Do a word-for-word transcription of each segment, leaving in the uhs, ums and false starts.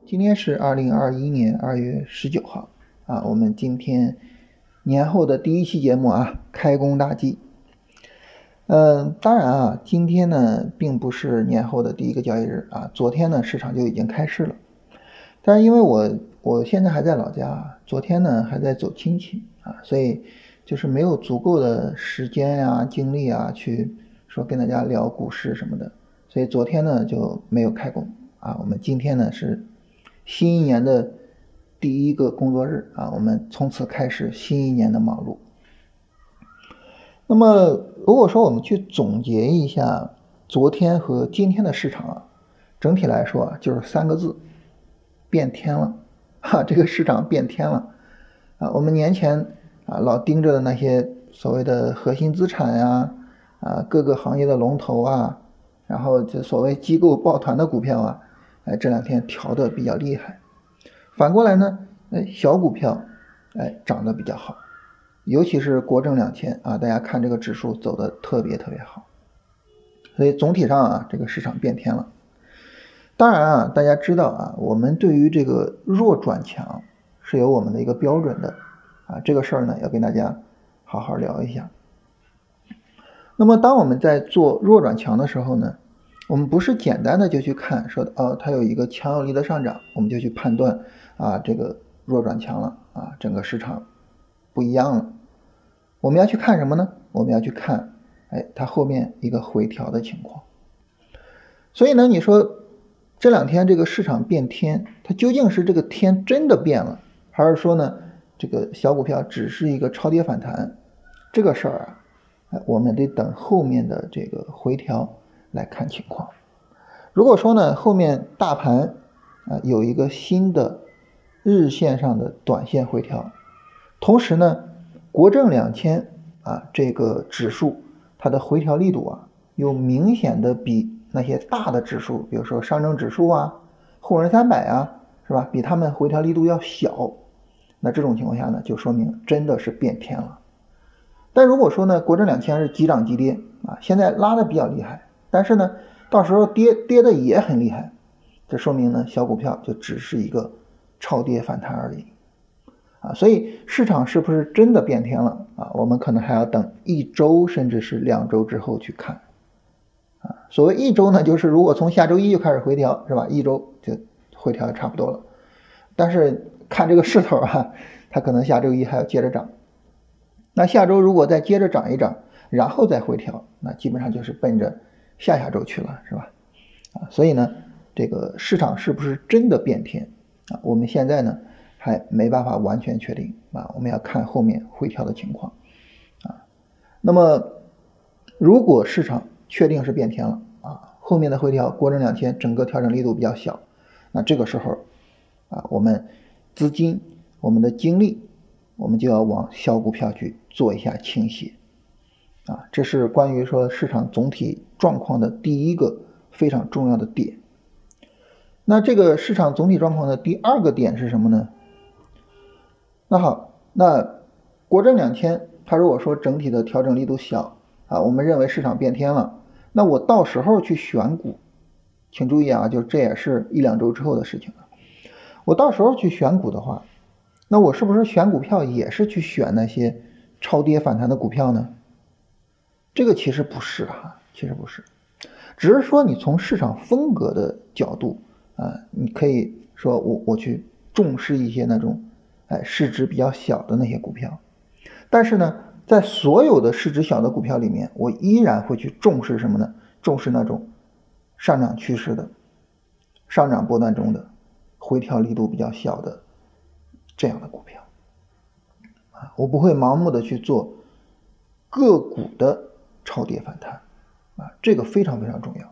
今天是二零二一年二月十九号啊，我们今天年后的第一期节目啊，开工大吉。嗯，当然啊，今天呢并不是年后的第一个交易日啊，昨天呢市场就已经开市了，但是因为我我现在还在老家啊，昨天呢还在走亲戚啊，所以就是没有足够的时间呀、精力啊去说跟大家聊股市什么的，所以昨天呢就没有开工啊。我们今天呢是新一年的第一个工作日啊，我们从此开始新一年的忙碌。那么如果说我们去总结一下昨天和今天的市场啊，整体来说啊就是三个字，变天了哈、啊，这个市场变天了啊。我们年前啊老盯着的那些所谓的核心资产呀 啊, 啊各个行业的龙头啊，然后这所谓机构抱团的股票啊，哎，这两天调得比较厉害。反过来呢，哎，小股票哎涨得比较好，尤其是国证两千啊，大家看这个指数走得特别特别好。所以总体上啊，这个市场变天了。当然啊，大家知道啊，我们对于这个弱转强是有我们的一个标准的啊，这个事儿呢要跟大家好好聊一下。那么当我们在做弱转强的时候呢，我们不是简单的就去看说哦，它有一个强有力的上涨，我们就去判断啊这个弱转强了啊，整个市场不一样了。我们要去看什么呢？我们要去看哎它后面一个回调的情况。所以呢，你说这两天这个市场变天，它究竟是这个天真的变了，还是说呢这个小股票只是一个超跌反弹？这个事儿啊我们得等后面的这个回调来看情况。如果说呢后面大盘啊有一个新的日线上的短线回调，同时呢国证两千啊这个指数它的回调力度啊又明显的比那些大的指数，比如说上证指数啊、沪深三百啊，是吧？比他们回调力度要小，那这种情况下呢，就说明真的是变天了。但如果说呢，国证两千是急涨急跌啊，现在拉的比较厉害，但是呢，到时候跌跌的也很厉害，这说明呢，小股票就只是一个超跌反弹而已啊。所以市场是不是真的变天了啊？我们可能还要等一周甚至是两周之后去看啊。所谓一周呢，就是如果从下周一就开始回调，是吧？一周就回调差不多了。但是看这个势头啊，它可能下周一还要接着涨。那下周如果再接着涨一涨，然后再回调，那基本上就是奔着下下周去了，是吧？啊，所以呢，这个市场是不是真的变天啊？我们现在呢还没办法完全确定啊，我们要看后面回调的情况啊。那么如果市场确定是变天了啊，后面的回调国证两千整个调整力度比较小，那这个时候啊，我们资金、我们的精力，我们就要往小股票去做一下倾斜啊，这是关于说市场总体状况的第一个非常重要的点。那这个市场总体状况的第二个点是什么呢？那好，那国证两千它如果说整体的调整力度小啊，我们认为市场变天了，那我到时候去选股，请注意啊，就这也是一两周之后的事情了。我到时候去选股的话，那我是不是选股票也是去选那些超跌反弹的股票呢？这个其实不是啊，其实不是，只是说你从市场风格的角度啊，你可以说我我去重视一些那种哎市值比较小的那些股票，但是呢，在所有的市值小的股票里面，我依然会去重视什么呢？重视那种上涨趋势的、上涨波段中的、回调力度比较小的这样的股票啊，我不会盲目的去做个股的超跌反弹啊，这个非常非常重要。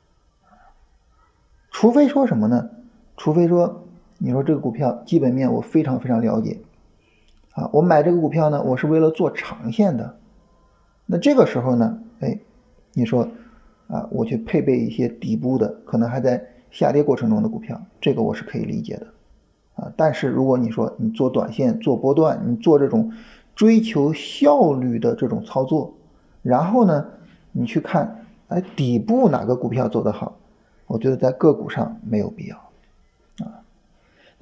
除非说什么呢？除非说你说这个股票基本面我非常非常了解啊，我买这个股票呢，我是为了做长线的。那这个时候呢，哎，你说啊，我去配备一些底部的，可能还在下跌过程中的股票，这个我是可以理解的啊。但是如果你说你做短线、做波段，你做这种追求效率的这种操作，然后呢，你去看哎底部哪个股票做得好，我觉得在个股上没有必要啊。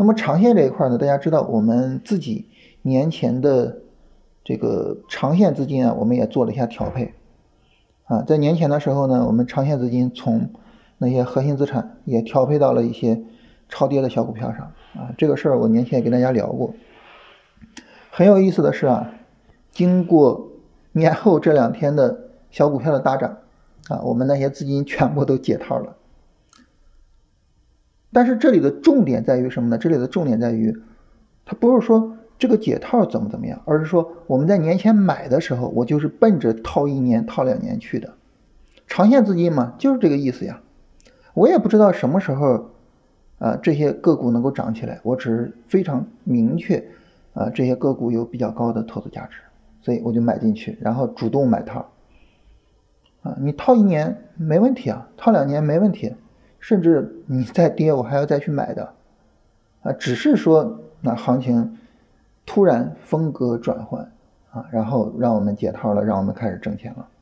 那么长线这一块呢，大家知道我们自己年前的这个长线资金啊，我们也做了一下调配啊，在年前的时候呢，我们长线资金从那些核心资产也调配到了一些超跌的小股票上啊，这个事儿我年前也跟大家聊过。很有意思的是啊，经过年后这两天的小股票的大涨啊，我们那些资金全部都解套了。但是这里的重点在于什么呢？这里的重点在于，它不是说这个解套怎么怎么样，而是说我们在年前买的时候，我就是奔着套一年、套两年去的。长线资金嘛，就是这个意思呀。我也不知道什么时候啊这些个股能够涨起来，我只是非常明确啊这些个股有比较高的投资价值，所以我就买进去，然后主动买套。啊，你套一年没问题啊，套两年没问题。甚至你再跌我还要再去买的啊，只是说那行情突然风格转换啊，然后让我们解套了，让我们开始挣钱了。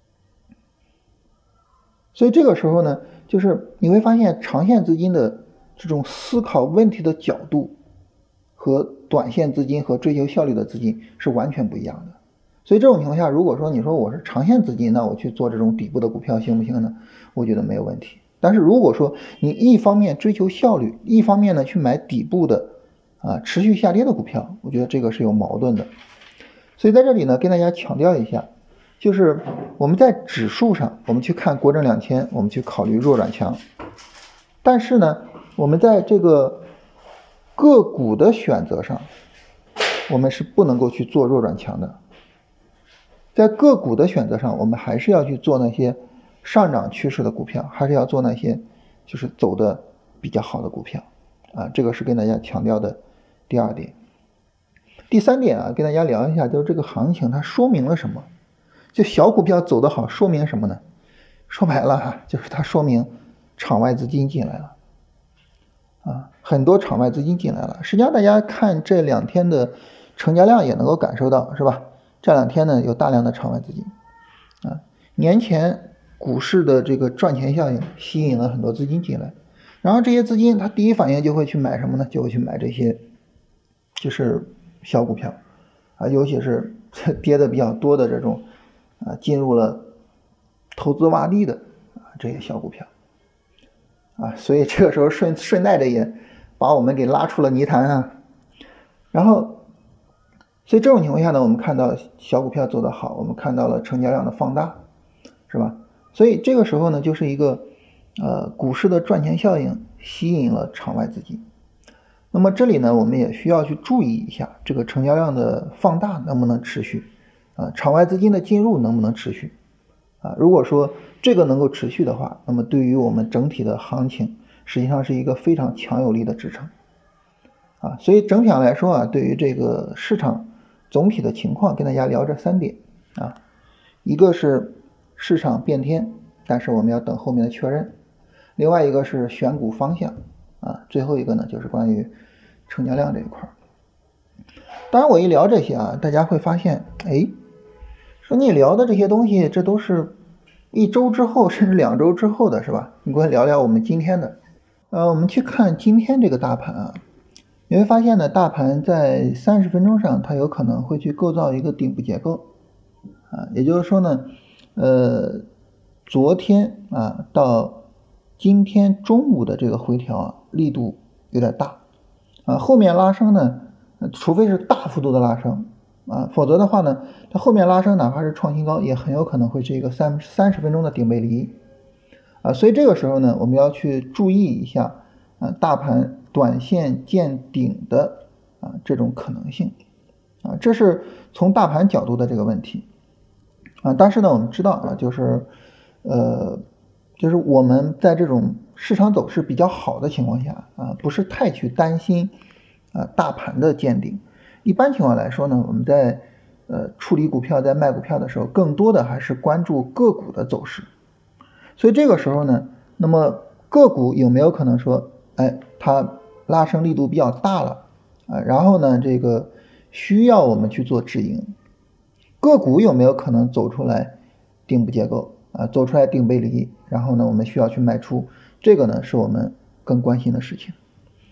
所以这个时候呢，就是你会发现长线资金的这种思考问题的角度和短线资金和追求效率的资金是完全不一样的。所以这种情况下，如果说你说我是长线资金，那我去做这种底部的股票行不行呢？我觉得没有问题。但是如果说你一方面追求效率，一方面呢去买底部的啊持续下跌的股票，我觉得这个是有矛盾的。所以在这里呢跟大家强调一下，就是我们在指数上我们去看国证两千，我们去考虑弱转强，但是呢我们在这个个股的选择上，我们是不能够去做弱转强的。在个股的选择上，我们还是要去做那些上涨趋势的股票，还是要做那些就是走的比较好的股票啊，这个是跟大家强调的第二点。第三点啊，跟大家聊一下，就是这个行情它说明了什么？就小股票走得好，说明什么呢？说白了哈，就是它说明场外资金进来了啊，很多场外资金进来了。实际上大家看这两天的成交量也能够感受到，是吧？这两天呢有大量的场外资金啊，年前股市的这个赚钱效应吸引了很多资金进来，然后这些资金它第一反应就会去买什么呢？就会去买这些就是小股票啊，尤其是跌的比较多的这种啊，进入了投资洼地的啊这些小股票啊，所以这个时候顺顺带着也把我们给拉出了泥潭啊。然后所以这种情况下呢，我们看到小股票走得好，我们看到了成交量的放大，是吧？所以这个时候呢，就是一个呃股市的赚钱效应吸引了场外资金。那么这里呢，我们也需要去注意一下这个成交量的放大能不能持续啊，场外资金的进入能不能持续啊？如果说这个能够持续的话，那么对于我们整体的行情实际上是一个非常强有力的支撑啊。所以整体上来说啊，对于这个市场总体的情况跟大家聊这三点啊，一个是市场变天，但是我们要等后面的确认，另外一个是选股方向啊，最后一个呢就是关于成交量这一块。当然我一聊这些啊，大家会发现，哎，说你聊的这些东西这都是一周之后甚至两周之后的，是吧？你给我聊聊我们今天的呃，我们去看今天这个大盘啊，你会发现呢，大盘在三十分钟上它有可能会去构造一个顶部结构啊，也就是说呢呃，昨天啊到今天中午的这个回调啊，力度有点大啊，后面拉升呢，除非是大幅度的拉升啊，否则的话呢，它后面拉升哪怕是创新高，也很有可能会是一个三三十分钟的顶背离啊，所以这个时候呢，我们要去注意一下啊，大盘短线见顶的啊这种可能性啊，这是从大盘角度的这个问题啊。但是呢，我们知道啊，就是呃，就是我们在这种市场走势比较好的情况下啊，不是太去担心啊大盘的见顶。一般情况来说呢，我们在呃处理股票、在卖股票的时候，更多的还是关注个股的走势。所以这个时候呢，那么个股有没有可能说，哎，它拉升力度比较大了啊，然后呢，这个需要我们去做止盈？个股有没有可能走出来顶部结构啊，走出来顶背离，然后呢，我们需要去卖出？这个呢，是我们更关心的事情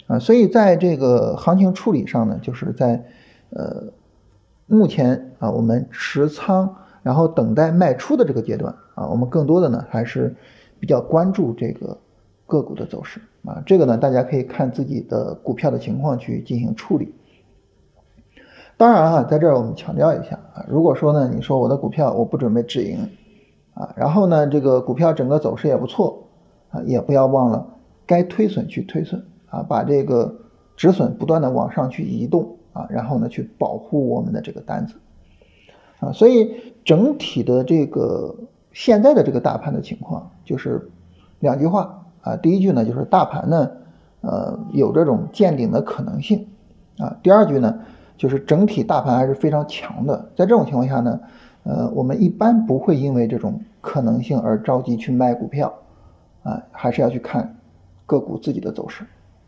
啊，所以在这个行情处理上呢，就是在呃目前啊我们持仓然后等待卖出的这个阶段啊，我们更多的呢还是比较关注这个个股的走势啊，这个呢大家可以看自己的股票的情况去进行处理。当然啊，在这儿我们强调一下啊，如果说呢你说我的股票我不准备止盈啊，然后呢这个股票整个走势也不错啊，也不要忘了该推损去推损啊，把这个止损不断的往上去移动啊，然后呢去保护我们的这个单子啊，所以整体的这个现在的这个大盘的情况就是两句话啊，第一句呢就是大盘呢呃有这种见顶的可能性啊，第二句呢就是整体大盘还是非常强的，在这种情况下呢呃我们一般不会因为这种可能性而着急去卖股票啊，还是要去看个股自己的走势。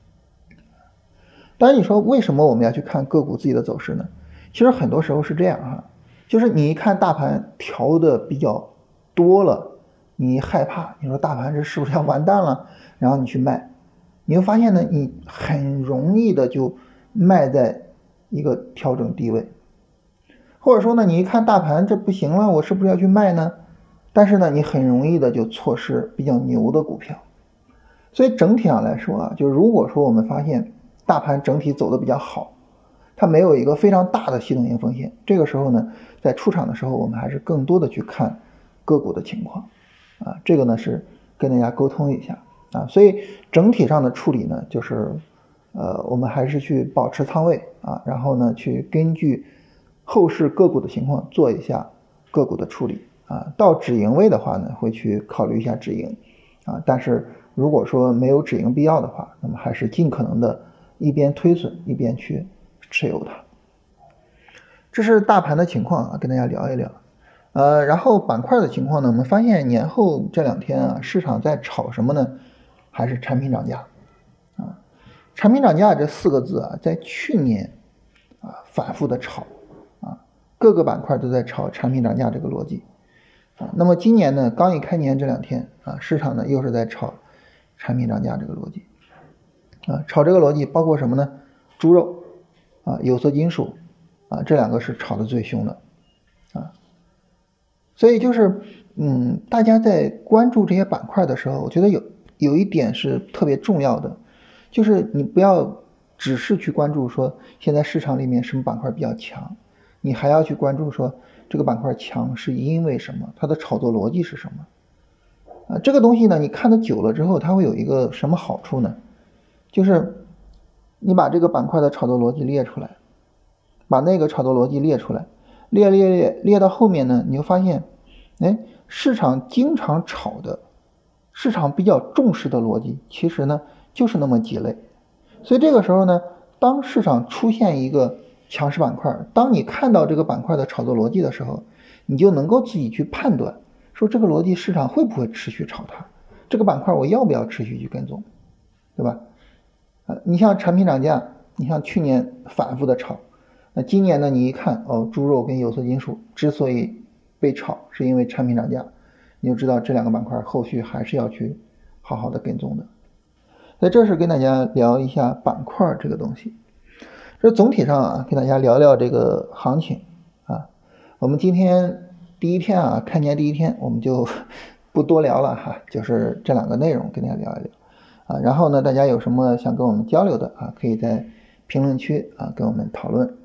当然你说为什么我们要去看个股自己的走势呢？其实很多时候是这样哈，就是你一看大盘调的比较多了，你害怕，你说大盘这是不是要完蛋了，然后你去卖，你会发现呢你很容易的就卖在一个调整低位，或者说呢你一看大盘这不行了，我是不是要去卖呢？但是呢你很容易的就错失比较牛的股票。所以整体上来说啊，就如果说我们发现大盘整体走的比较好，它没有一个非常大的系统性风险，这个时候呢在出场的时候我们还是更多的去看个股的情况啊，这个呢是跟大家沟通一下啊，所以整体上的处理呢就是呃我们还是去保持仓位啊，然后呢去根据后市个股的情况做一下个股的处理啊，到止盈位的话呢会去考虑一下止盈啊，但是如果说没有止盈必要的话，那么还是尽可能的一边推损一边去持有它。这是大盘的情况啊，跟大家聊一聊。呃，然后板块的情况呢，我们发现年后这两天啊，市场在炒什么呢？还是产品涨价啊。产品涨价这四个字啊，在去年啊反复的炒啊，各个板块都在炒产品涨价这个逻辑啊。那么今年呢，刚一开年这两天啊，市场呢又是在炒产品涨价这个逻辑啊，炒这个逻辑包括什么呢？猪肉啊、有色金属啊，这两个是炒的最凶的啊。所以就是嗯，大家在关注这些板块的时候，我觉得有有一点是特别重要的，就是你不要只是去关注说现在市场里面什么板块比较强，你还要去关注说这个板块强是因为什么，它的炒作逻辑是什么啊？这个东西呢，你看得久了之后，它会有一个什么好处呢？就是你把这个板块的炒作逻辑列出来，把那个炒作逻辑列出来，列列列列到后面呢，你就发现，哎，市场经常炒的，市场比较重视的逻辑，其实呢就是那么几类。所以这个时候呢，当市场出现一个强势板块，当你看到这个板块的炒作逻辑的时候，你就能够自己去判断，说这个逻辑市场会不会持续炒它，这个板块我要不要持续去跟踪，对吧？呃，你像产品涨价，你像去年反复的炒，那今年呢，你一看哦，猪肉跟有色金属之所以被炒，是因为产品涨价，你就知道这两个板块后续还是要去好好的跟踪的。所以这是跟大家聊一下板块这个东西。这总体上啊，跟大家聊聊这个行情啊。我们今天第一天啊，开年第一天，我们就不多聊了哈，就是这两个内容跟大家聊一聊。啊，然后呢，大家有什么想跟我们交流的啊，可以在评论区啊跟我们讨论。